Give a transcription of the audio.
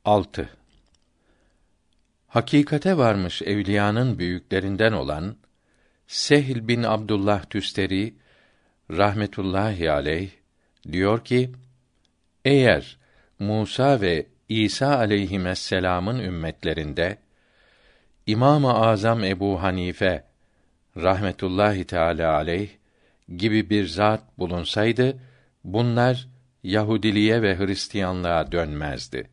6. Hakikate varmış evliyanın büyüklerinden olan Sehl bin Abdullah Tüsteri rahmetullahi aleyh diyor ki: Eğer Musa ve İsa aleyhisselam'ın ümmetlerinde İmam-ı Azam Ebu Hanife rahmetullahi teâlâ aleyh gibi bir zat bulunsaydı, bunlar Yahudiliğe ve Hristiyanlığa dönmezdi.